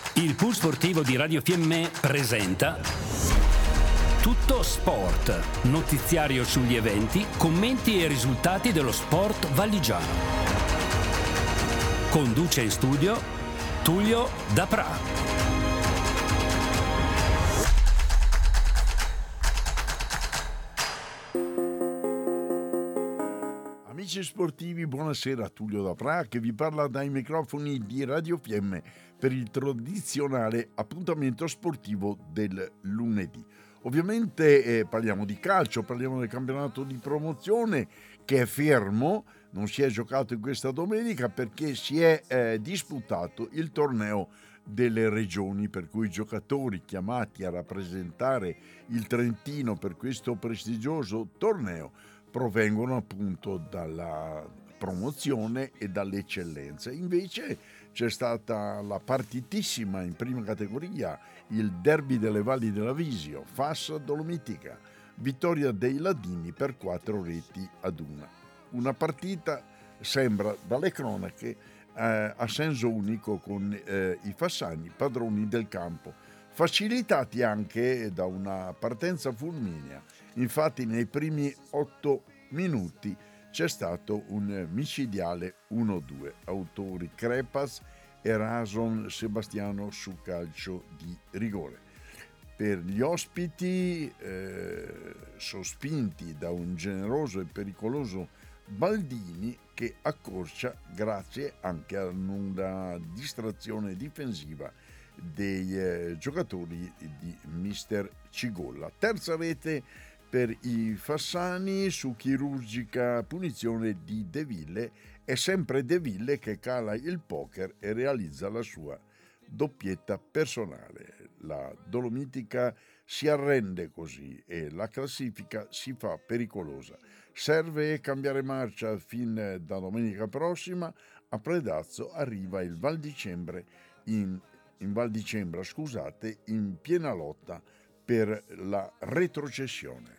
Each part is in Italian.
Il pool sportivo di Radio Fiemme presenta Tutto Sport, notiziario sugli eventi, commenti e risultati dello sport valigiano. Conduce in studio Tullio Dapra. Amici sportivi, buonasera, Tullio Dapra che vi parla dai microfoni di Radio Fiemme per il tradizionale appuntamento sportivo del lunedì. Ovviamente parliamo di calcio, parliamo del campionato di promozione che è fermo, non si è giocato in questa domenica perché si è disputato il torneo delle regioni, per cui i giocatori chiamati a rappresentare il Trentino per questo prestigioso torneo provengono appunto dalla promozione e dall'eccellenza. Invece c'è stata la partitissima in prima categoria, il derby delle Valli dell'Avisio, Fassa Dolomitica, vittoria dei Ladini per 4-1. Una partita, sembra dalle cronache, a senso unico con i fassani padroni del campo, facilitati anche da una partenza fulminea. Infatti nei primi 8 minuti c'è stato un micidiale 1-2, autori Crepas e Rason Sebastiano su calcio di rigore. Per gli ospiti, sospinti da un generoso e pericoloso Baldini che accorcia grazie anche a una distrazione difensiva dei giocatori di Mister Cigolla. Terza rete per i Fassani su chirurgica punizione di De Ville. È sempre De Ville che cala il poker e realizza la sua doppietta personale. La Dolomitica si arrende così e la classifica si fa pericolosa. Serve cambiare marcia fin da domenica prossima. A Predazzo arriva il Val di Cembra in piena lotta per la retrocessione.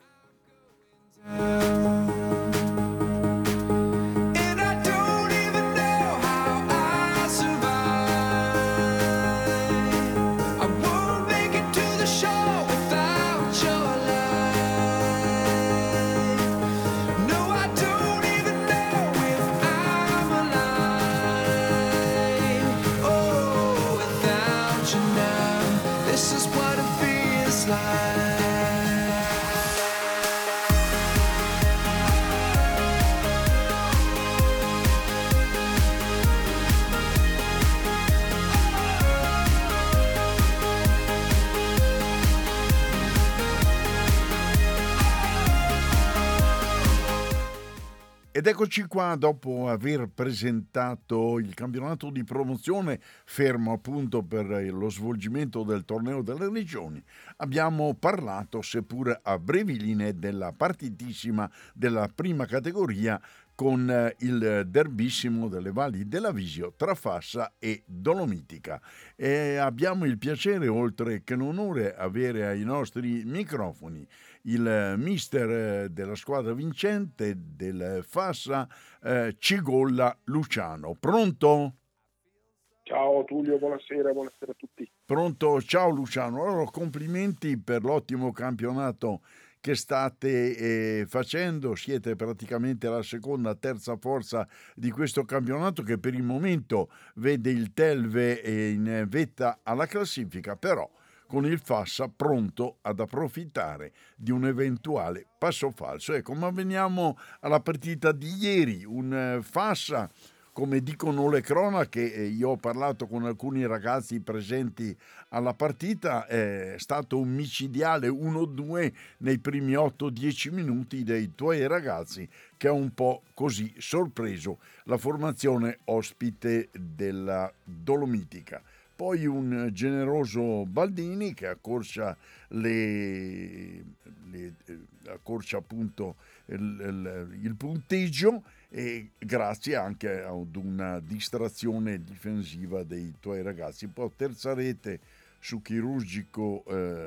Ed eccoci qua, dopo aver presentato il campionato di promozione fermo appunto per lo svolgimento del torneo delle regioni, abbiamo parlato, seppur a brevi linee, della partitissima della prima categoria con il derbissimo delle Valli dell'Avisio tra Fassa e Dolomitica. E abbiamo il piacere, oltre che l'onore, avere ai nostri microfoni il mister della squadra vincente del Fassa, Cigolla Luciano. Pronto? Ciao Tullio, buonasera a tutti. Pronto, ciao Luciano. Allora, complimenti per l'ottimo campionato che state facendo. Siete praticamente la seconda, terza forza di questo campionato che per il momento vede il Telve in vetta alla classifica, però con il Fassa pronto ad approfittare di un eventuale passo falso. Ecco, ma veniamo alla partita di ieri, un Fassa, come dicono le cronache, io ho parlato con alcuni ragazzi presenti alla partita, è stato un micidiale 1-2 nei primi 8-10 minuti dei tuoi ragazzi, che ha un po' così sorpreso la formazione ospite della Dolomitica. Poi un generoso Baldini che accorcia accorcia appunto il punteggio, e grazie anche ad una distrazione difensiva dei tuoi ragazzi. Poi terza rete su chirurgica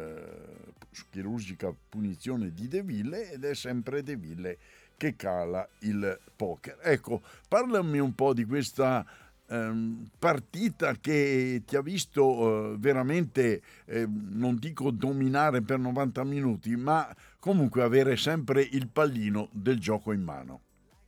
punizione di De Ville, ed è sempre De Ville che cala il poker. Ecco, parlami un po' di questa partita che ti ha visto veramente, non dico dominare per 90 minuti, ma comunque avere sempre il pallino del gioco in mano.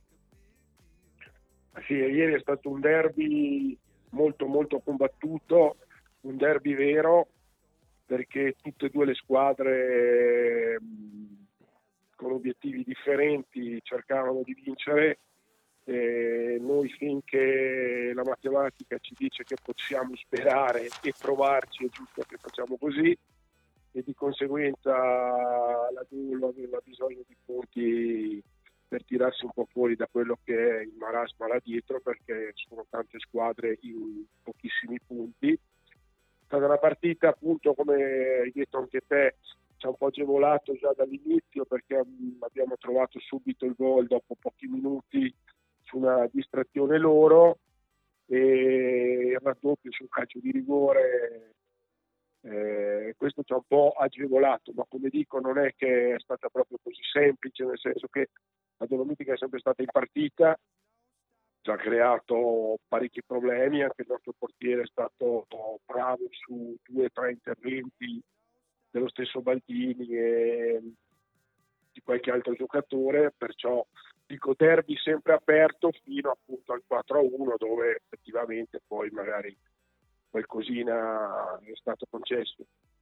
Sì, ieri è stato un derby molto molto combattuto, un derby vero, perché tutte e due le squadre con obiettivi differenti cercavano di vincere. Noi, finché la matematica ci dice che possiamo sperare e provarci, è giusto che facciamo così, e di conseguenza la Dullo aveva bisogno di punti per tirarsi un po' fuori da quello che è il marasma là dietro, perché sono tante squadre in pochissimi punti. È stata una partita, appunto, come hai detto anche te, ci ha un po' agevolato già dall'inizio, perché abbiamo trovato subito il gol dopo pochi minuti su una distrazione loro, e il raddoppio sul calcio di rigore. Questo ci ha un po' agevolato, ma come dico non è che è stata proprio così semplice, nel senso che la Dolomitica è sempre stata in partita, ci ha creato parecchi problemi, anche il nostro portiere è stato bravo su 2 o 3 interventi dello stesso Baldini e di qualche altro giocatore, perciò dico derby sempre aperto fino appunto al 4-1, dove effettivamente poi magari qualcosina è stato concesso.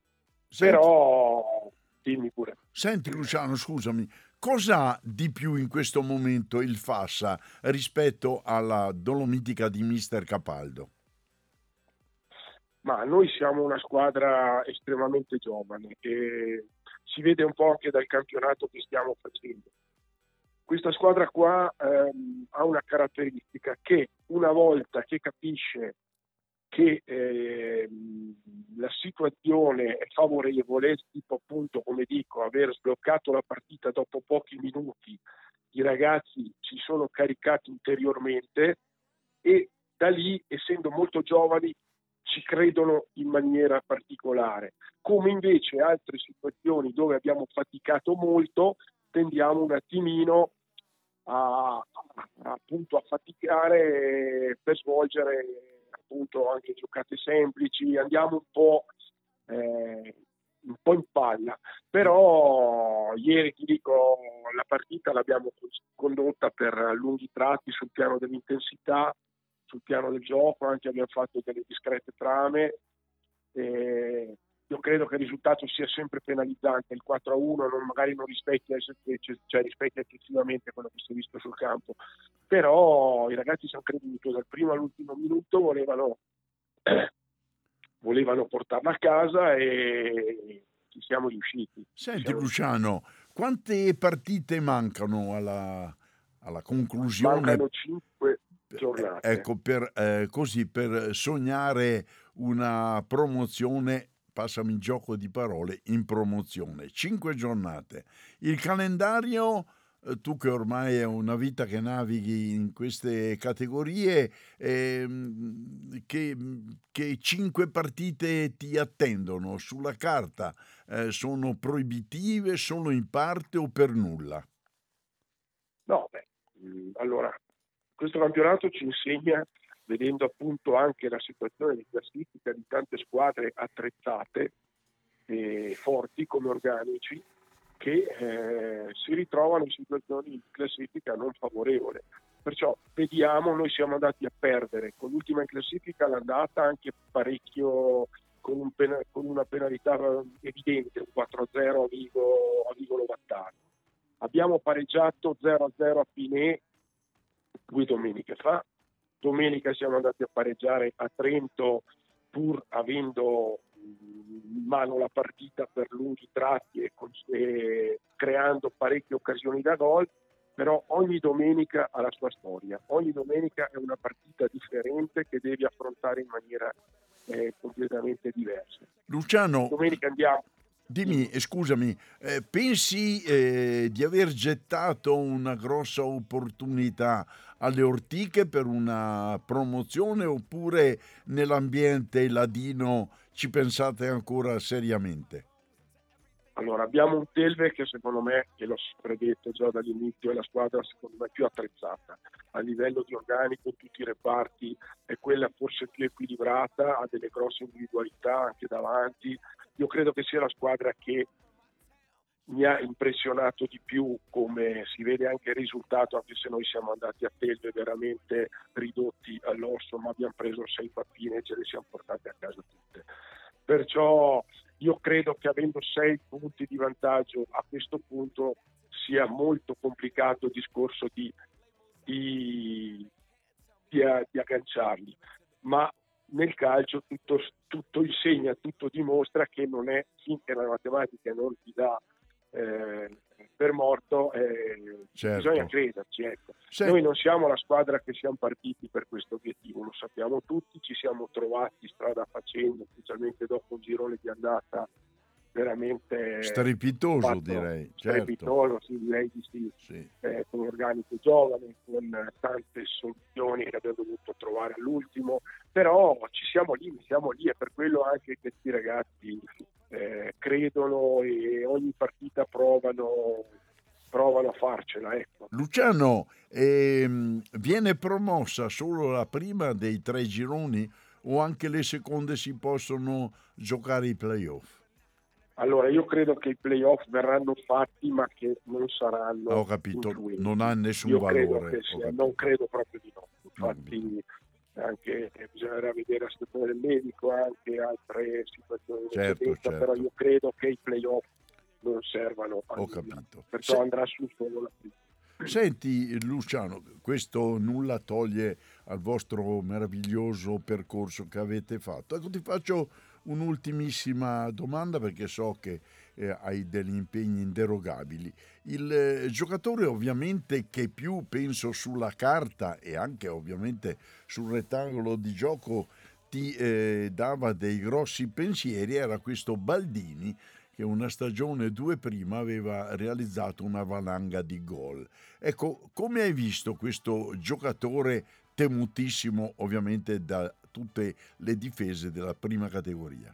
Però dimmi pure. Senti Luciano, scusami, cosa di più in questo momento il Fassa rispetto alla Dolomitica di Mister Capaldo? Ma noi siamo una squadra estremamente giovane e si vede un po' anche dal campionato che stiamo facendo. Questa squadra qua ha una caratteristica, che una volta che capisce che la situazione è favorevole, tipo appunto, come dico, aver sbloccato la partita dopo pochi minuti, i ragazzi si sono caricati ulteriormente e da lì, essendo molto giovani, ci credono in maniera particolare. Come invece altre situazioni dove abbiamo faticato molto, tendiamo un attimino appunto a faticare per svolgere appunto anche giocate semplici, andiamo un po' in palla. Però ieri, ti dico, la partita l'abbiamo condotta per lunghi tratti sul piano dell'intensità, sul piano del gioco, anche abbiamo fatto delle discrete trame. Io credo che il risultato sia sempre penalizzante. Il 4-1 magari non rispecchia, cioè rispecchia eccessivamente quello che si è visto sul campo, però i ragazzi ci hanno creduto dal primo all'ultimo minuto, volevano portarla a casa e ci siamo riusciti. Senti Luciano, quante partite mancano alla conclusione? Mancano 5 giornate. Ecco, così per sognare una promozione, passami il gioco di parole, in promozione. 5 giornate. Il calendario, tu che ormai è una vita che navighi in queste categorie, che 5 partite ti attendono sulla carta? Sono proibitive, solo in parte o per nulla? No, allora, questo campionato ci insegna, vedendo appunto anche la situazione di classifica di tante squadre attrezzate e forti come organici, che si ritrovano in situazioni di classifica non favorevole. Perciò vediamo, noi siamo andati a perdere con l'ultima in classifica l'andata anche parecchio, con una penalità evidente, un 4-0 a Vigo Lovattano. Abbiamo pareggiato 0-0 a Pinè 2 domeniche fa. Domenica siamo andati a pareggiare a Trento, pur avendo in mano la partita per lunghi tratti e creando parecchie occasioni da gol. Però ogni domenica ha la sua storia, ogni domenica è una partita differente che devi affrontare in maniera completamente diversa. Luciano, Domenica andiamo. Dimmi, scusami, pensi di aver gettato una grossa opportunità alle Ortiche per una promozione, oppure nell'ambiente ladino ci pensate ancora seriamente? Allora, abbiamo un Telve che secondo me, che l'ho sempre detto già dall'inizio, è la squadra secondo me più attrezzata. A livello di organico, tutti i reparti, è quella forse più equilibrata, ha delle grosse individualità anche davanti. Io credo che sia la squadra che mi ha impressionato di più, come si vede anche il risultato, anche se noi siamo andati a Telve veramente ridotti all'osso, ma abbiamo preso 6 pappine e ce le siamo portate a casa tutte. Perciò io credo che avendo 6 punti di vantaggio a questo punto sia molto complicato il discorso di agganciarli, ma nel calcio tutto insegna, tutto dimostra che non è, finché la matematica non ti dà per morto, certo. Bisogna crederci, ecco. Sì. Noi non siamo la squadra che siamo partiti per questo obiettivo, lo sappiamo tutti, ci siamo trovati strada facendo, specialmente dopo un girone di andata veramente strepitoso, direi. Strepitoso, sì, direi di sì. Sì. Con un organico giovane, con tante soluzioni che abbiamo dovuto trovare all'ultimo, però siamo lì, è per quello anche che questi ragazzi credono e ogni partita provano a farcela, ecco. Luciano, viene promossa solo la prima dei 3 gironi o anche le seconde si possono giocare i playoff? Allora, io credo che i playoff verranno fatti, ma che non saranno Ho capito, influenti. non ha nessun io valore. Non credo proprio di no. Infatti anche bisognerà vedere la situazione del medico, anche altre situazioni, certo. Però io credo che i playoff non servano a Ho nulla. capito. Perciò andrà su solo la prima. Senti Luciano, questo nulla toglie al vostro meraviglioso percorso che avete fatto. Ecco, ti faccio un'ultimissima domanda perché so che hai degli impegni inderogabili. Il giocatore ovviamente che più penso sulla carta e anche ovviamente sul rettangolo di gioco ti dava dei grossi pensieri era questo Baldini, che una stagione 2 prima aveva realizzato una valanga di gol. Ecco, come hai visto questo giocatore temutissimo ovviamente da tutte le difese della prima categoria?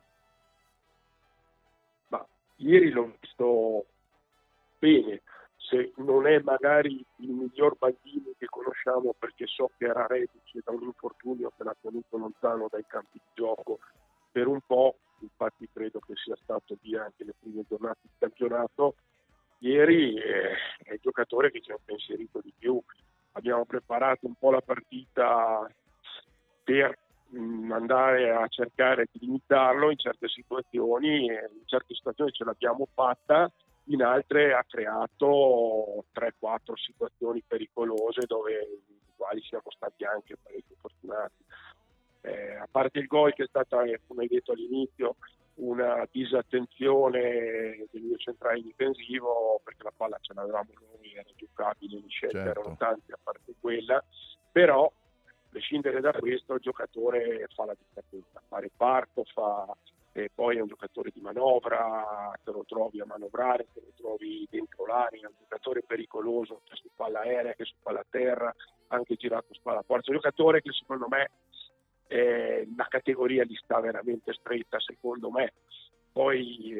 Ma ieri l'ho visto bene, se non è magari il miglior Baldini che conosciamo, perché so che era reduce da un infortunio che l'ha tenuto lontano dai campi di gioco per un po', infatti credo che sia stato via anche le prime giornate di campionato. Ieri è il giocatore che ci ha impensierito di più. Abbiamo preparato un po' la partita per andare a cercare di limitarlo in certe situazioni, in certe situazioni ce l'abbiamo fatta, in altre ha creato 3-4 situazioni pericolose dove i quali siamo stati anche parecchio fortunati. A parte il gol che è stata, come hai detto all'inizio, una disattenzione del mio centrale difensivo, perché la palla ce l'avevamo noi, era giocabile, le scelte erano tante a parte quella, però a prescindere da questo il giocatore fa la differenza, fa reparto, poi è un giocatore di manovra, te lo trovi a manovrare, te lo trovi dentro l'area, è un giocatore pericoloso sia su palla aerea che su palla a terra, anche girato su palla forza, un giocatore che secondo me la categoria gli sta veramente stretta, secondo me. Poi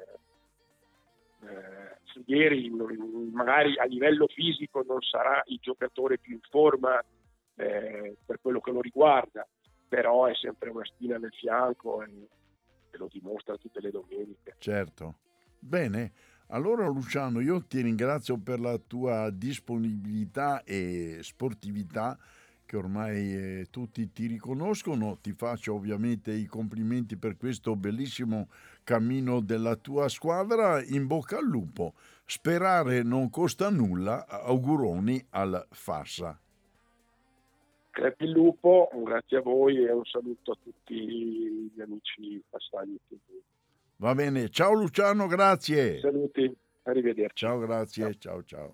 ieri magari a livello fisico non sarà il giocatore più in forma per quello che lo riguarda, però è sempre una spina nel fianco e lo dimostra tutte le domeniche. Certo. Bene, allora Luciano, io ti ringrazio per la tua disponibilità e sportività che ormai tutti ti riconoscono. Ti faccio ovviamente i complimenti per questo bellissimo cammino della tua squadra. In bocca al lupo. Sperare non costa nulla. Auguroni al Fassa. Crepi il lupo, grazie a voi e un saluto a tutti gli amici passaggi. Va bene, ciao Luciano, grazie. Saluti, arrivederci. Ciao, grazie, ciao. Ciao.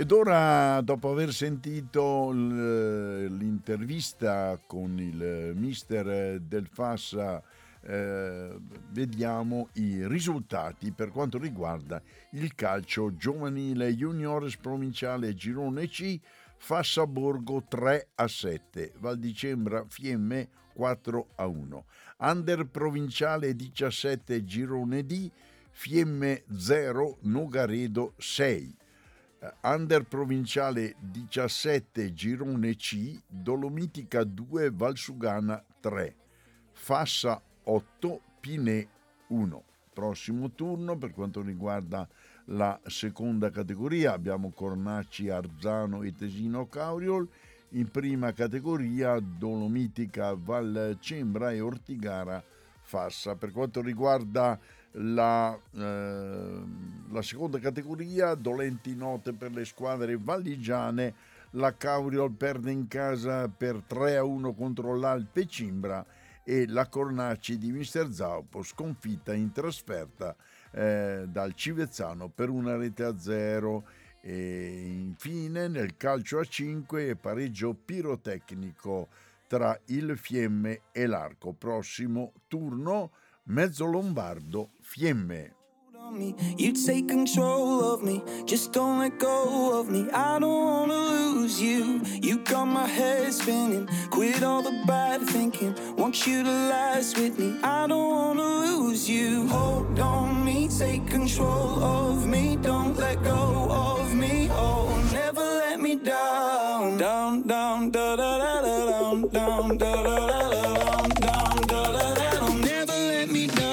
Ed ora, dopo aver sentito l'intervista con il mister del Fassa, vediamo i risultati per quanto riguarda il calcio giovanile juniores provinciale girone C. Fassa Borgo 3-7, Val di Cembra Fiemme 4-1, Under provinciale 17 girone D, Fiemme 0 Nogaredo 6. Under provinciale 17 girone C, Dolomitica 2 Valsugana 3, Fassa 8 Pinè 1. Prossimo turno per quanto riguarda la seconda categoria abbiamo Cornacci, Arzano e Tesino Cauriol. In prima categoria Dolomitica, Val Cembra e Ortigara Fassa. Per quanto riguarda la seconda categoria, dolenti note per le squadre valligiane. La Cauriol perde in casa per 3-1 contro l'Alpe Cimbra e la Cornacci di Mister Zaupo sconfitta in trasferta dal Civezzano per 1-0. E infine nel calcio a 5 pareggio pirotecnico tra il Fiemme e l'Arco. Prossimo turno Mezzo Lombardo Fiemme. You take control of me, just don't let go of me. I don't wanna lose you. You got my head spinning. Quit all the bad thinking. Want you to last with me. I don't wanna lose you. Hold on me, take control of me. Don't let go of me. Oh, never let me down. Down, down, da da da da down, down, da da da da down, down, da da da. Don't never let me down.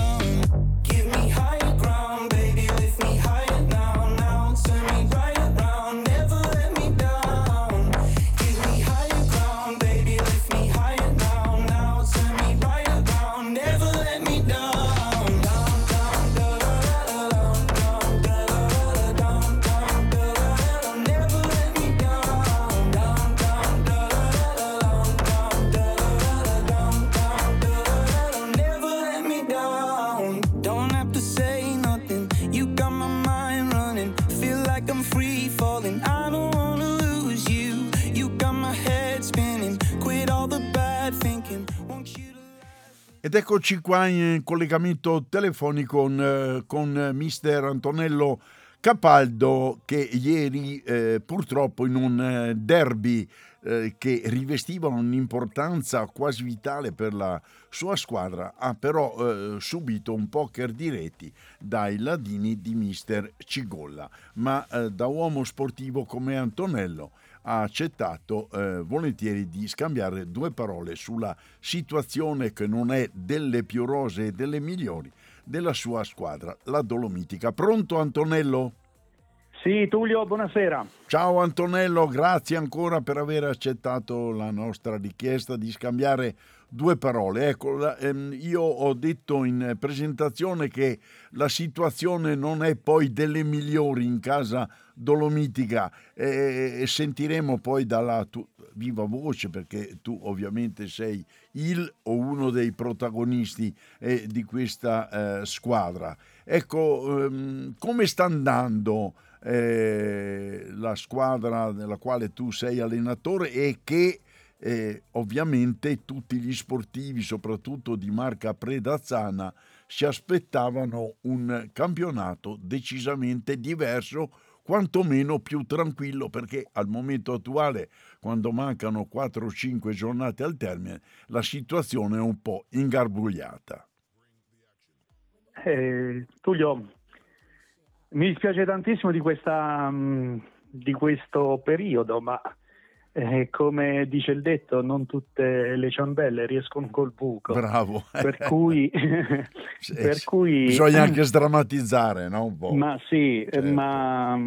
Ed eccoci qua in collegamento telefonico con mister Antonello Capaldo, che ieri purtroppo in un derby che rivestiva un'importanza quasi vitale per la sua squadra ha però subito un poker di reti dai ladini di mister Cigolla, ma da uomo sportivo come Antonello ha accettato volentieri di scambiare due parole sulla situazione che non è delle più rosee e delle migliori della sua squadra, la Dolomitica. Pronto Antonello? Sì, Tullio, buonasera. Ciao Antonello, grazie ancora per aver accettato la nostra richiesta di scambiare due parole. Ecco, io ho detto in presentazione che la situazione non è poi delle migliori in casa Dolomitica e sentiremo poi dalla viva voce, perché tu ovviamente sei il o uno dei protagonisti di questa squadra. Ecco, come sta andando la squadra nella quale tu sei allenatore e che ovviamente tutti gli sportivi, soprattutto di marca Predazzana, si aspettavano un campionato decisamente diverso, quantomeno più tranquillo, perché al momento attuale, quando mancano 4 o 5 giornate al termine, la situazione è un po' ingarbugliata. Tullio, mi dispiace tantissimo di questo periodo, ma come dice il detto, non tutte le ciambelle riescono col buco. Bravo. Per cui bisogna anche sdrammatizzare, no? Un po'. Ma sì, certo. Ma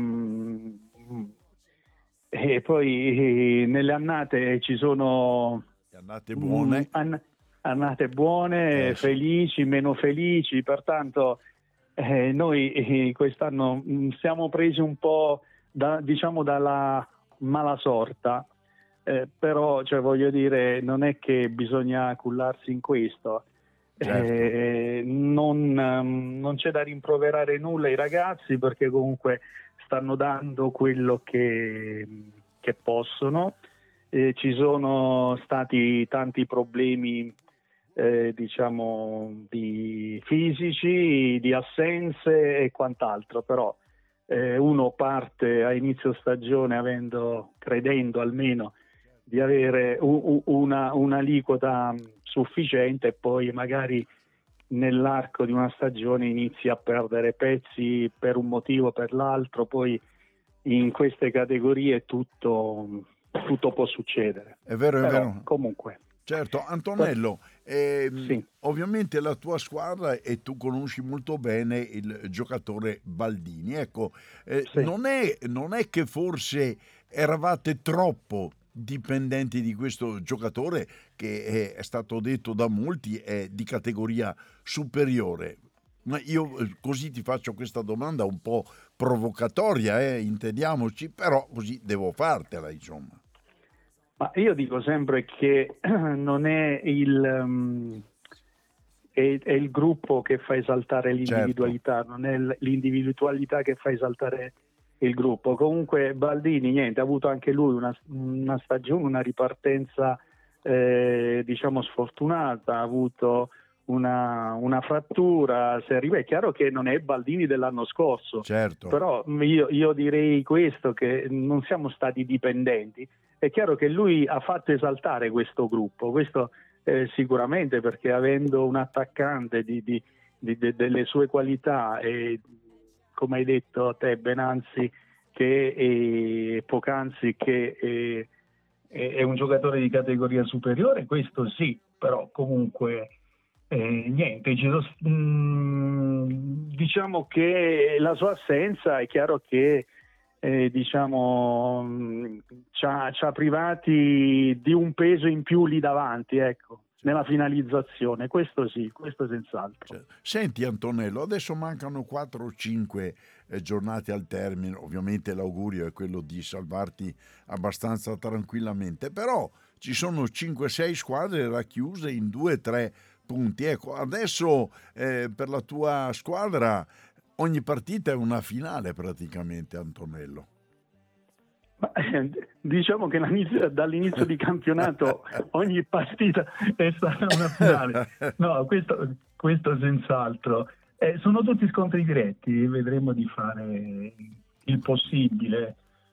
e poi nelle annate ci sono annate buone, annate buone, felici, meno felici, pertanto noi quest'anno siamo presi un po' dalla mala sorta, però voglio dire, non è che bisogna cullarsi in questo. Certo. Non c'è da rimproverare nulla ai ragazzi, perché comunque stanno dando quello che possono. Ci sono stati tanti problemi diciamo di fisici, di assenze e quant'altro, però uno parte a inizio stagione credendo almeno di avere un'aliquota sufficiente, e poi magari nell'arco di una stagione inizi a perdere pezzi per un motivo o per l'altro. Poi in queste categorie tutto può succedere. È vero, è Però, vero. comunque. Certo, Antonello, Sì. ovviamente la tua squadra, e tu conosci molto bene il giocatore Baldini. Ecco, Sì. non è che forse eravate troppo dipendenti di questo giocatore, che è stato detto da molti è di categoria superiore. Ma io così ti faccio questa domanda un po' provocatoria, intendiamoci, però così devo fartela, insomma. Ma io dico sempre che non è è il gruppo che fa esaltare l'individualità, non è l'individualità che fa esaltare il gruppo. Comunque Baldini, niente, ha avuto anche lui una stagione, una ripartenza diciamo sfortunata, ha avuto una frattura. È chiaro che non è Baldini dell'anno scorso, certo. Però io direi questo, che non siamo stati dipendenti. È chiaro che lui ha fatto esaltare questo gruppo, questo sicuramente, perché avendo un attaccante delle sue qualità, e come hai detto te Benanzi, che poc'anzi, che è un giocatore di categoria superiore, questo sì, però comunque niente, diciamo che la sua assenza è chiaro che diciamo ci ha privati di un peso in più lì davanti, ecco, nella finalizzazione. Questo sì, questo senz'altro. Senti Antonello, adesso mancano 4 o 5 giornate al termine. Ovviamente l'augurio è quello di salvarti abbastanza tranquillamente, però ci sono 5-6 squadre racchiuse in 2-3 punti. Ecco, adesso per la tua squadra ogni partita è una finale praticamente, Antonello. Ma, diciamo che dall'inizio di campionato ogni partita è stata una finale. No, questo senz'altro. Sono tutti scontri diretti, vedremo di fare il possibile.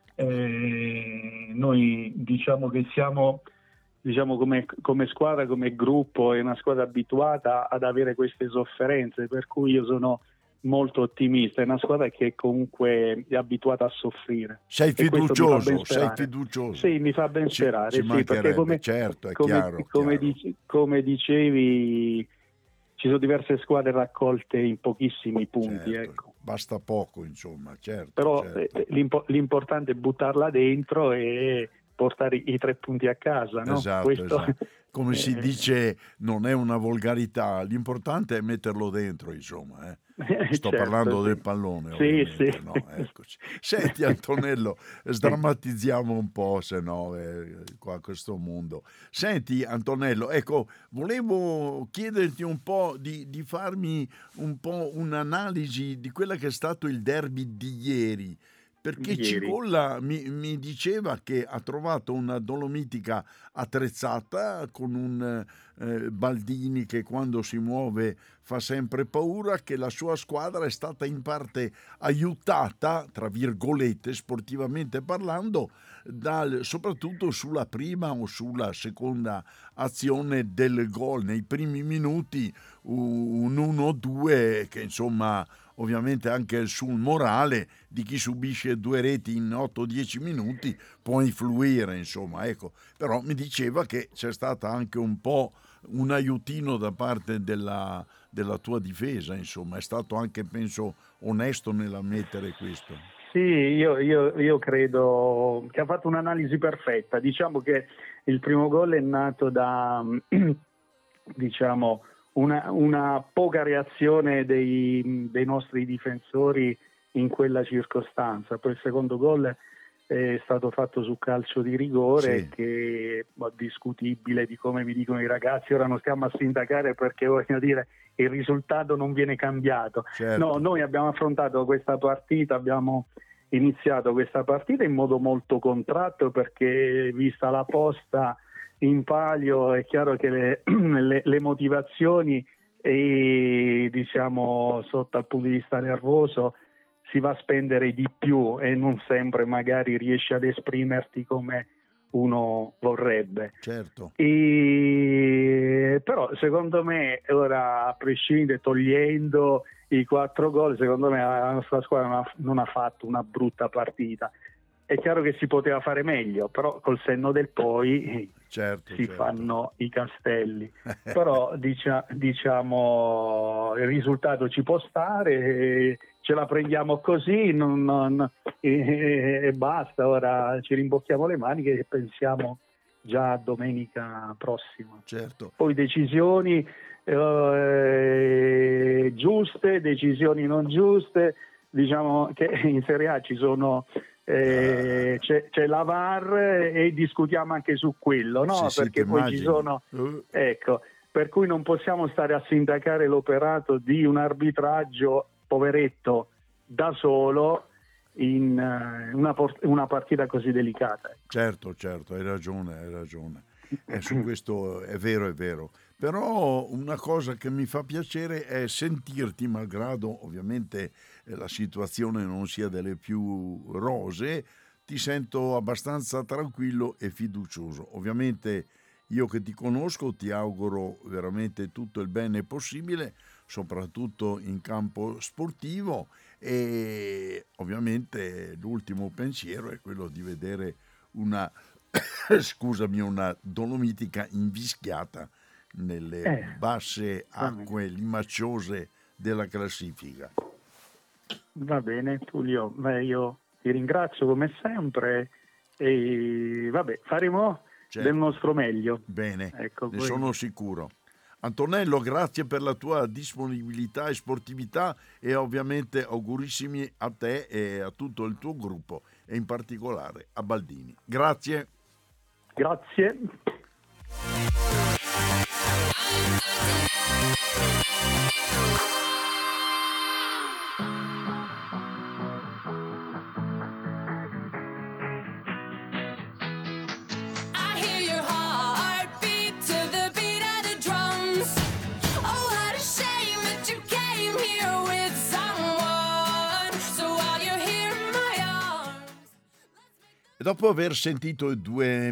Noi diciamo che siamo, diciamo, come squadra, come gruppo, è una squadra abituata ad avere queste sofferenze, per cui io sono molto ottimista. È una squadra che comunque è abituata a soffrire. Sei fiducioso, sei fiducioso. fiducioso. Sì, mi fa ben sperare, ci sì, perché certo, è chiaro. come dicevi, ci sono diverse squadre raccolte in pochissimi punti, certo, ecco. Basta poco, insomma, certo. Però certo. l'importante è buttarla dentro e portare i 3 punti a casa, no? Esatto, esatto. Come si dice, non è una volgarità, l'importante è metterlo dentro, insomma. Sto certo, parlando sì. del pallone, Sì, ovviamente. sì. No? Eccoci. Senti Antonello, sdrammatizziamo un po', se no, qua questo mondo. Senti Antonello, ecco, volevo chiederti un po' di farmi un po' un'analisi di quella che è stato il derby di ieri. Perché Cigolla mi diceva che ha trovato una Dolomitica attrezzata, con un Baldini che quando si muove fa sempre paura, che la sua squadra è stata in parte aiutata, tra virgolette, sportivamente parlando, soprattutto sulla prima o sulla seconda azione del gol. Nei primi minuti un 1-2 che insomma ovviamente anche sul morale di chi subisce 2 reti in 8-10 minuti può influire, insomma, ecco. Però mi diceva che c'è stata anche un po' un aiutino da parte della tua difesa, insomma, è stato anche, penso, onesto nell'ammettere questo. Sì, io credo che ha fatto un'analisi perfetta. Diciamo che il primo gol è nato da diciamo una poca reazione dei nostri difensori in quella circostanza. Poi il secondo gol è stato fatto su calcio di rigore, Sì. che è discutibile, di come mi dicono i ragazzi. Ora non stiamo a sindacare, perché voglio dire, il risultato non viene cambiato. Certo. No, noi abbiamo affrontato questa partita, abbiamo iniziato questa partita in modo molto contratto, perché vista la posta in palio è chiaro che le motivazioni, e diciamo sotto al punto di vista nervoso, si va a spendere di più e non sempre magari riesci ad esprimerti come uno vorrebbe. Certo. Però secondo me ora, a prescindere, togliendo i 4 gol, secondo me la nostra squadra non ha fatto una brutta partita. È chiaro che si poteva fare meglio, però col senno del poi Certo, si certo. fanno i castelli. Però diciamo il risultato ci può stare, ce la prendiamo così e basta. Ora ci rimbocchiamo le maniche e pensiamo già a domenica prossima. Certo. Poi decisioni giuste, decisioni non giuste. Diciamo che in Serie A ci sono c'è la VAR e discutiamo anche su quello, no? Sì, Perché ti poi immagini. ci sono, ecco, per cui non possiamo stare a sindacare l'operato di un arbitraggio poveretto da solo in una partita così delicata. Certo, hai ragione. Su questo è vero. Però una cosa che mi fa piacere è sentirti, malgrado ovviamente la situazione non sia delle più rosee, ti sento abbastanza tranquillo e fiducioso. Ovviamente io che ti conosco ti auguro veramente tutto il bene possibile, soprattutto in campo sportivo, e ovviamente l'ultimo pensiero è quello di vedere una Dolomitica invischiata nelle basse acque limacciose della classifica. Va bene, Tullio, io ti ringrazio come sempre e faremo del nostro meglio. Bene, ecco, ne sono sicuro. Antonello, grazie per la tua disponibilità e sportività, e ovviamente augurissimi a te e a tutto il tuo gruppo, e in particolare a Baldini. Grazie. Grazie. Dopo aver sentito i due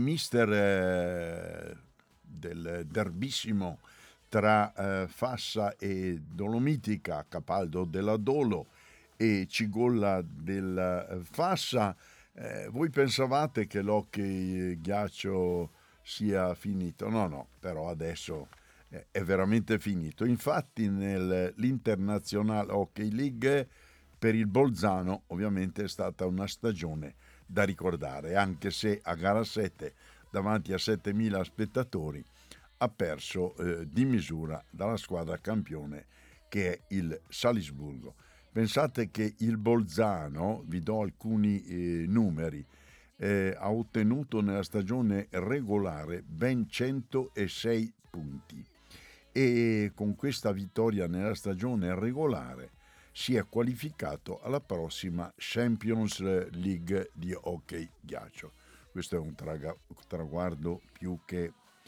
mister del derbissimo tra Fassa e Dolomitica, Capaldo della Dolo e Cigolla del Fassa, voi pensavate che l'hockey ghiaccio sia finito? No, però adesso è veramente finito. Infatti nell'Internazionale Hockey League per il Bolzano ovviamente è stata una stagione da ricordare, anche se a gara 7 davanti a 7.000 spettatori ha perso di misura dalla squadra campione, che è il Salisburgo. Pensate che il Bolzano, vi do alcuni numeri, ha ottenuto nella stagione regolare ben 106 punti, e con questa vittoria nella stagione regolare si è qualificato alla prossima Champions League di hockey ghiaccio. Questo è un traguardo più che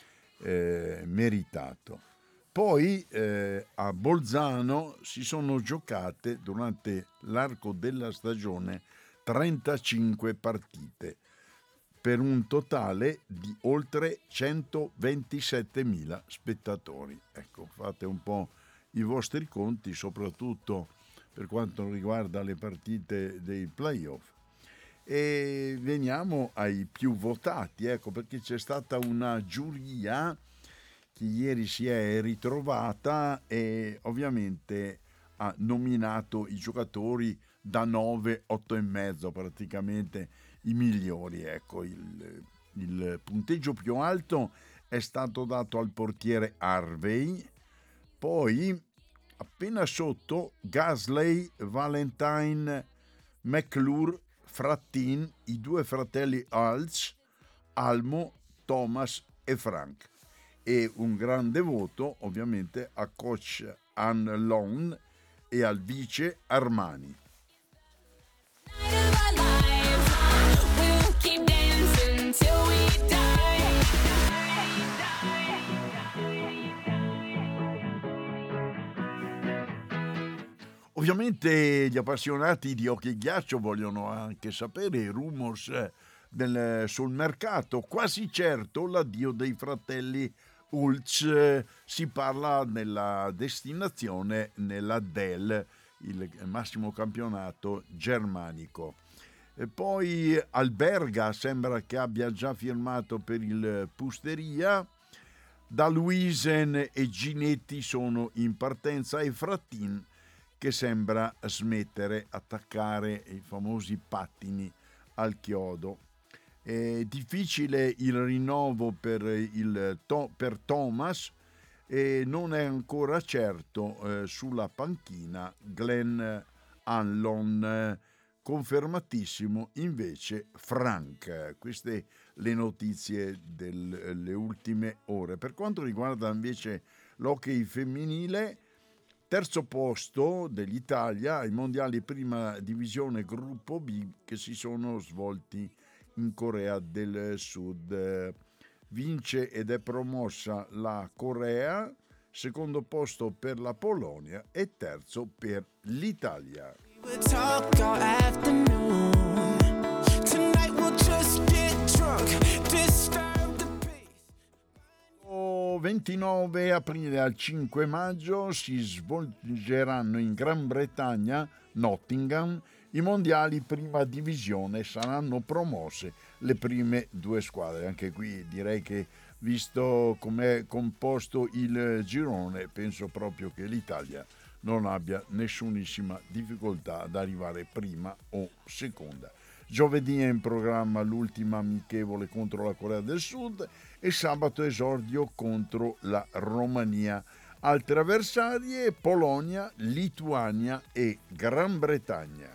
meritato. Poi a Bolzano si sono giocate durante l'arco della stagione 35 partite per un totale di oltre 127.000 spettatori. Ecco, fate un po' i vostri conti, soprattutto per quanto riguarda le partite dei playoff. E veniamo ai più votati, ecco, perché c'è stata una giuria che ieri si è ritrovata e ovviamente ha nominato i giocatori da 9, 8,5, praticamente i migliori. Ecco, il punteggio più alto è stato dato al portiere Harvey, poi appena sotto Gasley, Valentine, McClure, Frattin, i due fratelli Hals, Almo, Thomas e Frank. E un grande voto ovviamente a coach Anne Lone e al vice Armani. Ovviamente gli appassionati di hockey ghiaccio vogliono anche sapere i rumors sul mercato. Quasi certo l'addio dei fratelli Ulz, si parla nella destinazione nella DEL, il massimo campionato germanico. E poi Alberga sembra che abbia già firmato per il Pusteria. Da Luisen e Ginetti sono in partenza e Frattin che sembra smettere, attaccare i famosi pattini al chiodo. È difficile il rinnovo per Thomas e non è ancora certo sulla panchina Glenn Hanlon. Confermatissimo invece Frank. Queste le notizie delle ultime ore. Per quanto riguarda invece l'hockey femminile, terzo posto dell'Italia ai mondiali prima divisione gruppo B che si sono svolti in Corea del Sud. Vince ed è promossa la Corea, secondo posto per la Polonia e terzo per l'Italia. 29 aprile al 5 maggio si svolgeranno in Gran Bretagna, Nottingham, i mondiali prima divisione. Saranno promosse le prime due squadre. Anche qui direi che, visto com'è composto il girone, penso proprio che l'Italia non abbia nessunissima difficoltà ad arrivare prima o seconda. Giovedì è in programma l'ultima amichevole contro la Corea del Sud e sabato esordio contro la Romania. Altre avversarie: Polonia, Lituania e Gran Bretagna.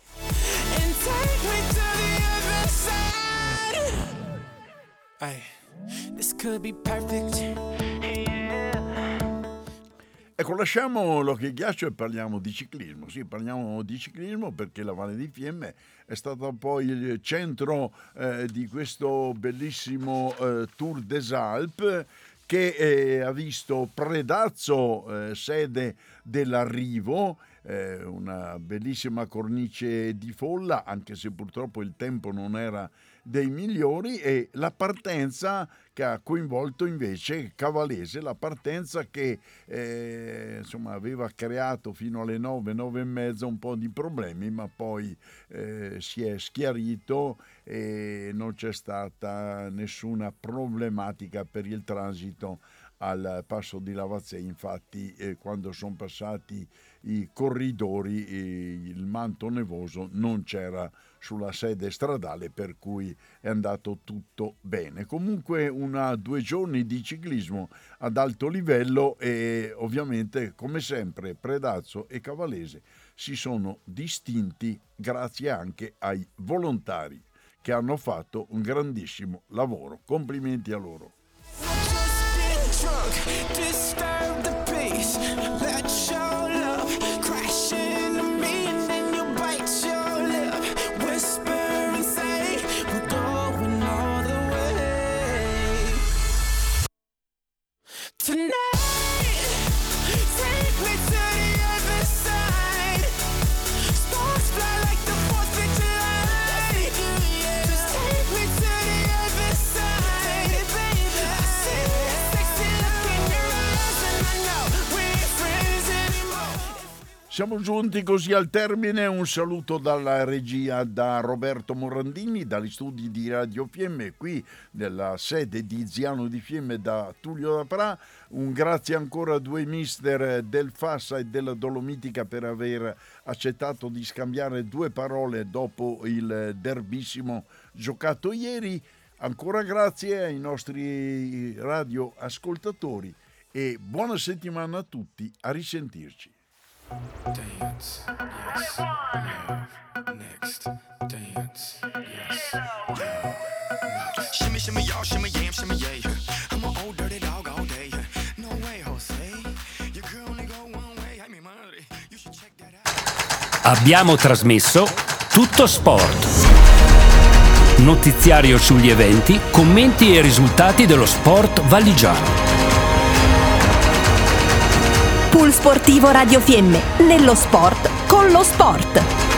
Ecco, lasciamo l'hockey ghiaccio e parliamo di ciclismo. Sì, parliamo di ciclismo perché la Valle di Fiemme è stata poi il centro di questo bellissimo Tour des Alpes che ha visto Predazzo sede dell'arrivo, una bellissima cornice di folla, anche se purtroppo il tempo non era dei migliori, e la partenza che ha coinvolto invece Cavalese, la partenza che insomma aveva creato fino alle 9 e mezza un po' di problemi, ma poi si è schiarito e non c'è stata nessuna problematica per il transito al passo di Lavazze. Infatti quando sono passati i corridori il manto nevoso non c'era sulla sede stradale, per cui è andato tutto bene. Comunque 2 giorni di ciclismo ad alto livello e ovviamente come sempre Predazzo e Cavalese si sono distinti grazie anche ai volontari che hanno fatto un grandissimo lavoro. Complimenti a loro. Siamo giunti così al termine. Un saluto dalla regia da Roberto Morandini, dagli studi di Radio Fiemme, qui nella sede di Ziano di Fiemme da Tullio Dapra. Un grazie ancora a 2 mister del Fassa e della Dolomitica per aver accettato di scambiare 2 parole dopo il derbissimo giocato ieri. Ancora grazie ai nostri radioascoltatori e buona settimana a tutti, a risentirci. Dance, yes, love, next, dance. Abbiamo trasmesso Tutto Sport. Notiziario sugli eventi, commenti e risultati dello sport valigiano. Pool sportivo Radio Fiemme, nello sport con lo sport.